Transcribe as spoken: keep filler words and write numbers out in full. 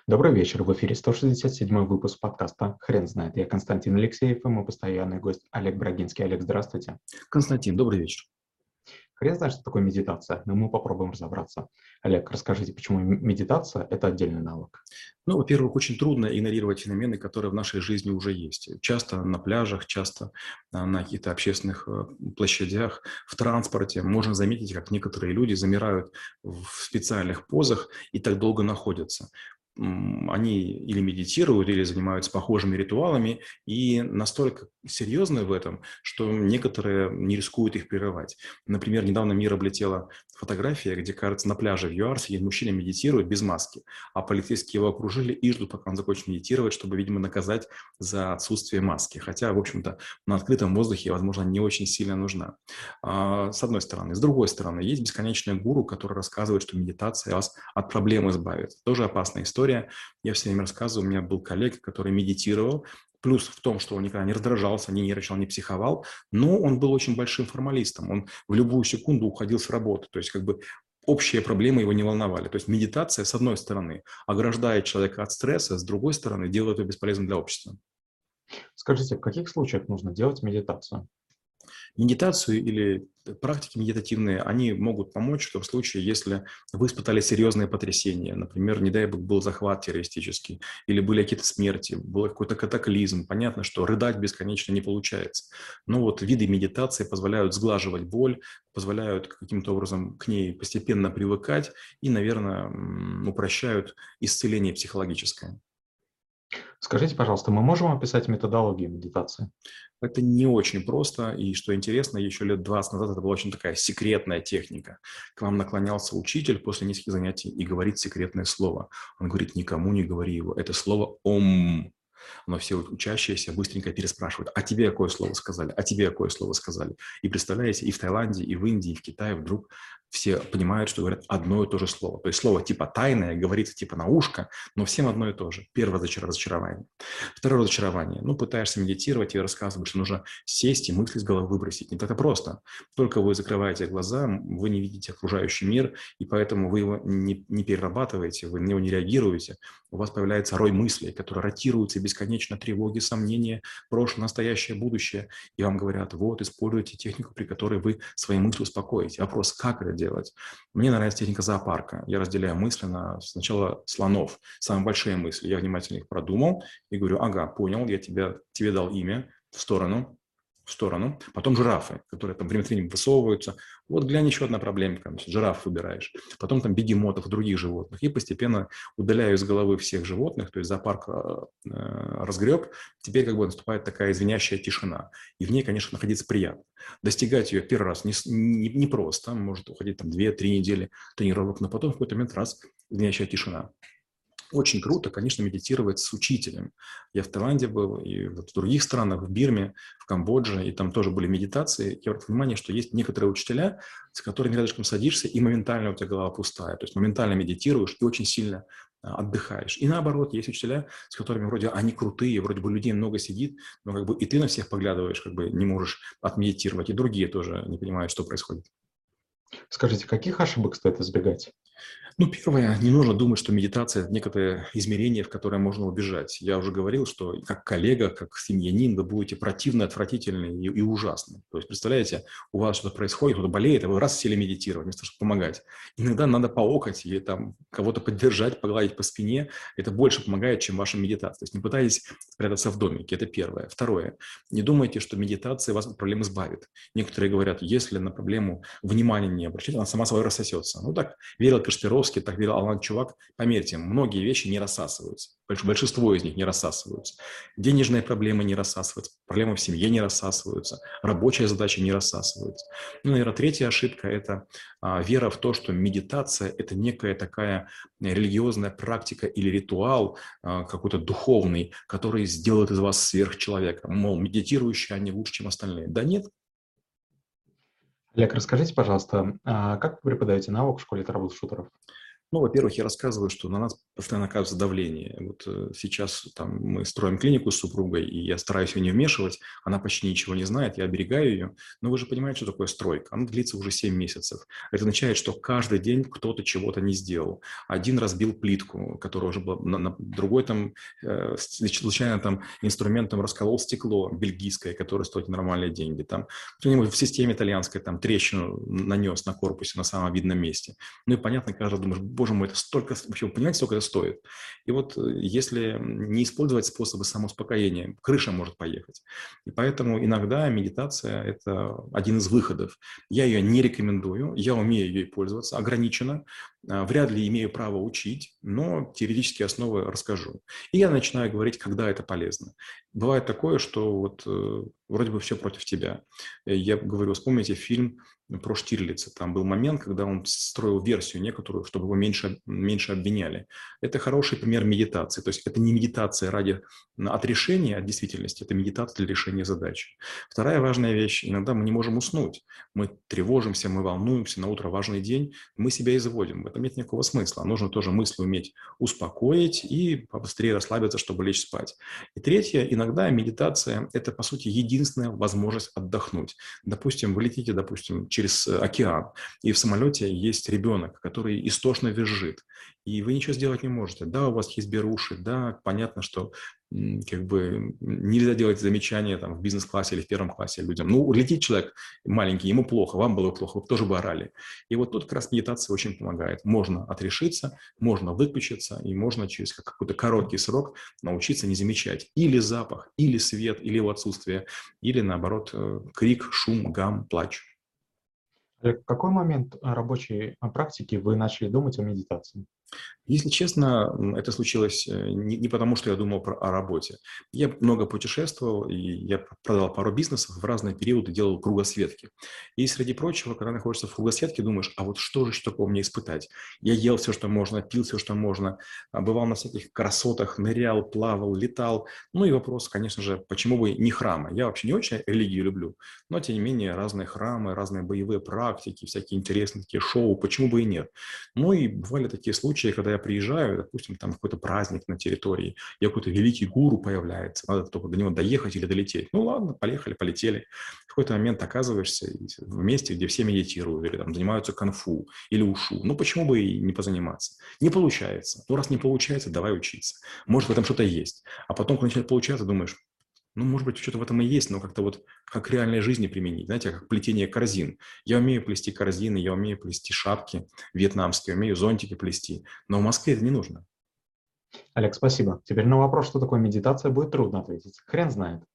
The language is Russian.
Добрый вечер. В эфире сто шестьдесят седьмой выпуск подкаста «Хрен знает». Я Константин Алексеев и мой постоянный гость Олег Брагинский. Олег, здравствуйте. Константин, добрый вечер. Хрен знает, что такое медитация, но мы попробуем разобраться. Олег, расскажите, почему м- медитация– это отдельный навык? Ну, во-первых, очень трудно игнорировать феномены, которые в нашей жизни уже есть. Часто на пляжах, часто а, на каких-то общественных э, площадях, в транспорте можно заметить, как некоторые люди замирают в специальных позах и так долго находятся. М, Они или медитируют, или занимаются похожими ритуалами, и настолько серьезны в этом, что некоторые не рискуют их прерывать. Например, недавно мир облетела фотография, где, кажется, на пляже в ЮАР сидит мужчина, медитирует без маски, а полицейские его окружили и ждут, пока он закончит медитировать, чтобы, видимо, наказать за отсутствие маски. Хотя, в общем-то, на открытом воздухе, возможно, не очень сильно нужна. А, с одной стороны. С другой стороны, есть бесконечные гуру, которые рассказывают, что медитация вас от проблем избавит. Тоже опасная история. Я все время рассказываю, у меня был коллега, который медитировал. Плюс в том, что он никогда не раздражался, не нервничал, не психовал, но он был очень большим формалистом. Он в любую секунду уходил с работы. То есть как бы общие проблемы его не волновали. То есть медитация, с одной стороны, ограждает человека от стресса, с другой стороны, делает его бесполезным для общества. Скажите, в каких случаях нужно делать медитацию? Медитацию или практики медитативные, они могут помочь что в случае, если вы испытали серьезные потрясения, например, не дай бог, был захват террористический, или были какие-то смерти, был какой-то катаклизм. Понятно, что рыдать бесконечно не получается. Но вот виды медитации позволяют сглаживать боль, позволяют каким-то образом к ней постепенно привыкать и, наверное, м, упрощают исцеление психологическое. Скажите, пожалуйста, мы можем описать методологию медитации? Это не очень просто, и что интересно, еще лет двадцать назад это была очень такая секретная техника. К вам наклонялся учитель после нескольких занятий и говорит секретное слово. Он говорит: никому не говори его. Это слово «Ом». Но все учащиеся быстренько переспрашивают: а тебе какое слово сказали? А тебе какое слово сказали? И представляете, и в Таиланде, и в Индии, и в Китае вдруг все понимают, что говорят одно и то же слово. То есть слово типа «тайное» говорится типа на ушко, но всем одно и то же. Первое разочарование. Второе разочарование. Ну, пытаешься медитировать и рассказываешь, что нужно сесть и мысли с головы выбросить. Не так-то просто. Только вы закрываете глаза, вы не видите окружающий мир, и поэтому вы его не, не перерабатываете, вы на него не реагируете. У вас появляется рой мыслей, которые ротируются бесконечно, тревоги, сомнения, прошлое, настоящее, будущее. И вам говорят: вот, используйте технику, при которой вы свои мысли успокоите. Вопрос: как это делать? Мне нравится техника зоопарка. Я разделяю мысли на сначала слонов, самые большие мысли. Я внимательно их продумал и говорю: ага, понял, я тебе, тебе дал имя, в сторону, в сторону. Потом жирафы, которые там время от времени высовываются. Вот глянь, еще одна проблемка. Значит, жираф выбираешь. Потом там бегемотов, других животных. И постепенно удаляю из головы всех животных, то есть зоопарк э, разгреб. Теперь как бы наступает такая звенящая тишина. И в ней, конечно, находиться приятно. Достигать ее первый раз не, не, не просто. Может уходить там две-три недели тренировок, но потом в какой-то момент раз звенящая тишина. Очень круто, конечно, медитировать с учителем. Я в Таиланде был, и вот в других странах, в Бирме, в Камбодже, и там тоже были медитации. Я обратил внимание, что есть некоторые учителя, с которыми рядышком садишься, и моментально у тебя голова пустая. То есть моментально медитируешь и очень сильно а, отдыхаешь. И наоборот, есть учителя, с которыми вроде они крутые, вроде бы людей много сидит, но как бы и ты на всех поглядываешь, как бы не можешь отмедитировать, и другие тоже не понимают, что происходит. Скажите, каких ошибок стоит избегать? Ну, первое, не нужно думать, что медитация – это некое измерение, в которое можно убежать. Я уже говорил, что как коллега, как семьянин вы будете противны, отвратительны и, и ужасны. То есть, представляете, у вас что-то происходит, кто-то болеет, а вы раз сели медитировать, вместо того, чтобы помогать. Иногда надо поокать или там кого-то поддержать, погладить по спине. Это больше помогает, чем ваша медитация. То есть не пытайтесь спрятаться в домике, это первое. Второе, не думайте, что медитация вас от проблем избавит. Некоторые говорят, если на проблему внимания не обращать, она сама собой рассосется. Ну так верил Кашпировский, так верил Алан Чувак. Поверьте, многие вещи не рассасываются. Большинство из них не рассасываются. Денежные проблемы не рассасываются, проблемы в семье не рассасываются, рабочая задача не рассасывается. Ну, наверное, третья ошибка – это а, вера в то, что медитация – это некая такая религиозная практика или ритуал а, какой-то духовный, который сделает из вас сверхчеловека. Мол, медитирующие, они лучше, чем остальные. Да нет. Олег, расскажите, пожалуйста, а как вы преподаете навык в школе трэбл-шутеров? Ну, во-первых, я рассказываю, что на нас постоянно оказывается давление. Вот э, сейчас там мы строим клинику с супругой, и я стараюсь ее не вмешивать. Она почти ничего не знает, я оберегаю ее. Но вы же понимаете, что такое стройка? Она длится уже семь месяцев. Это означает, что каждый день кто-то чего-то не сделал. Один разбил плитку, которая уже была, на, на, другой там э, случайно там инструментом расколол стекло бельгийское, которое стоит нормальные деньги. Там кто-нибудь в системе итальянской там трещину нанес на корпусе на самом видном месте. Ну и понятно, каждый думает, боже мой, это столько, вообще, вы понимаете, сколько это стоит? И вот если не использовать способы самоуспокоения, крыша может поехать. И поэтому иногда медитация – это один из выходов. Я ее не рекомендую, я умею ей пользоваться, ограниченно, вряд ли имею право учить, но теоретические основы расскажу. И я начинаю говорить, когда это полезно. Бывает такое, что вот вроде бы все против тебя. Я говорю, вспомните фильм про Штирлица. Там был момент, когда он строил версию некоторую, чтобы его меньше, меньше обвиняли. Это хороший пример медитации. То есть это не медитация ради отрешения от действительности, это медитация для решения задачи. Вторая важная вещь. Иногда мы не можем уснуть. Мы тревожимся, мы волнуемся, на утро важный день, мы себя изводим. В этом нет никакого смысла. Нужно тоже мысли уметь успокоить и побыстрее расслабиться, чтобы лечь спать. И третье. Иногда медитация – это, по сути, единственная возможность отдохнуть. Допустим, вы летите, допустим, через океан, и в самолете есть ребенок, который истошно визжит, и вы ничего сделать не можете. Да, у вас есть беруши, да, понятно, что как бы нельзя делать замечания там, в бизнес-классе или в первом классе людям. Ну, летит человек маленький, ему плохо, вам было плохо, вы тоже бы орали. И вот тут как раз медитация очень помогает. Можно отрешиться, можно выключиться, и можно через какой-то короткий срок научиться не замечать или запах, или свет, или его отсутствие, или, наоборот, крик, шум, гам, плач. В какой момент рабочей практики вы начали думать о медитации? Если честно, это случилось не, не потому, что я думал про, о работе. Я много путешествовал, и я продал пару бизнесов, в разные периоды делал кругосветки. И среди прочего, когда находишься в кругосветке, думаешь, а вот что же еще такого мне испытать? Я ел все, что можно, пил все, что можно, бывал на всяких красотах, нырял, плавал, летал. Ну и вопрос, конечно же, почему бы не храмы? Я вообще не очень религию люблю, но тем не менее разные храмы, разные боевые практики, всякие интересные такие шоу, почему бы и нет? Ну и бывали такие случаи, когда я приезжаю, допустим, там какой-то праздник на территории, и какой-то великий гуру появляется, надо только до него доехать или долететь. Ну ладно, поехали, полетели. В какой-то момент оказываешься в месте, где все медитируют, или там занимаются кунг-фу, или ушу. Ну почему бы и не позаниматься? Не получается. Ну раз не получается, давай учиться. Может, в этом что-то есть. А потом, когда начинает получаться, думаешь, ну, может быть, что-то в этом и есть, но как-то вот как в реальной жизни применить, знаете, как плетение корзин. Я умею плести корзины, я умею плести шапки вьетнамские, умею зонтики плести, но в Москве это не нужно. Олег, спасибо. Теперь на вопрос, что такое медитация, будет трудно ответить. Хрен знает.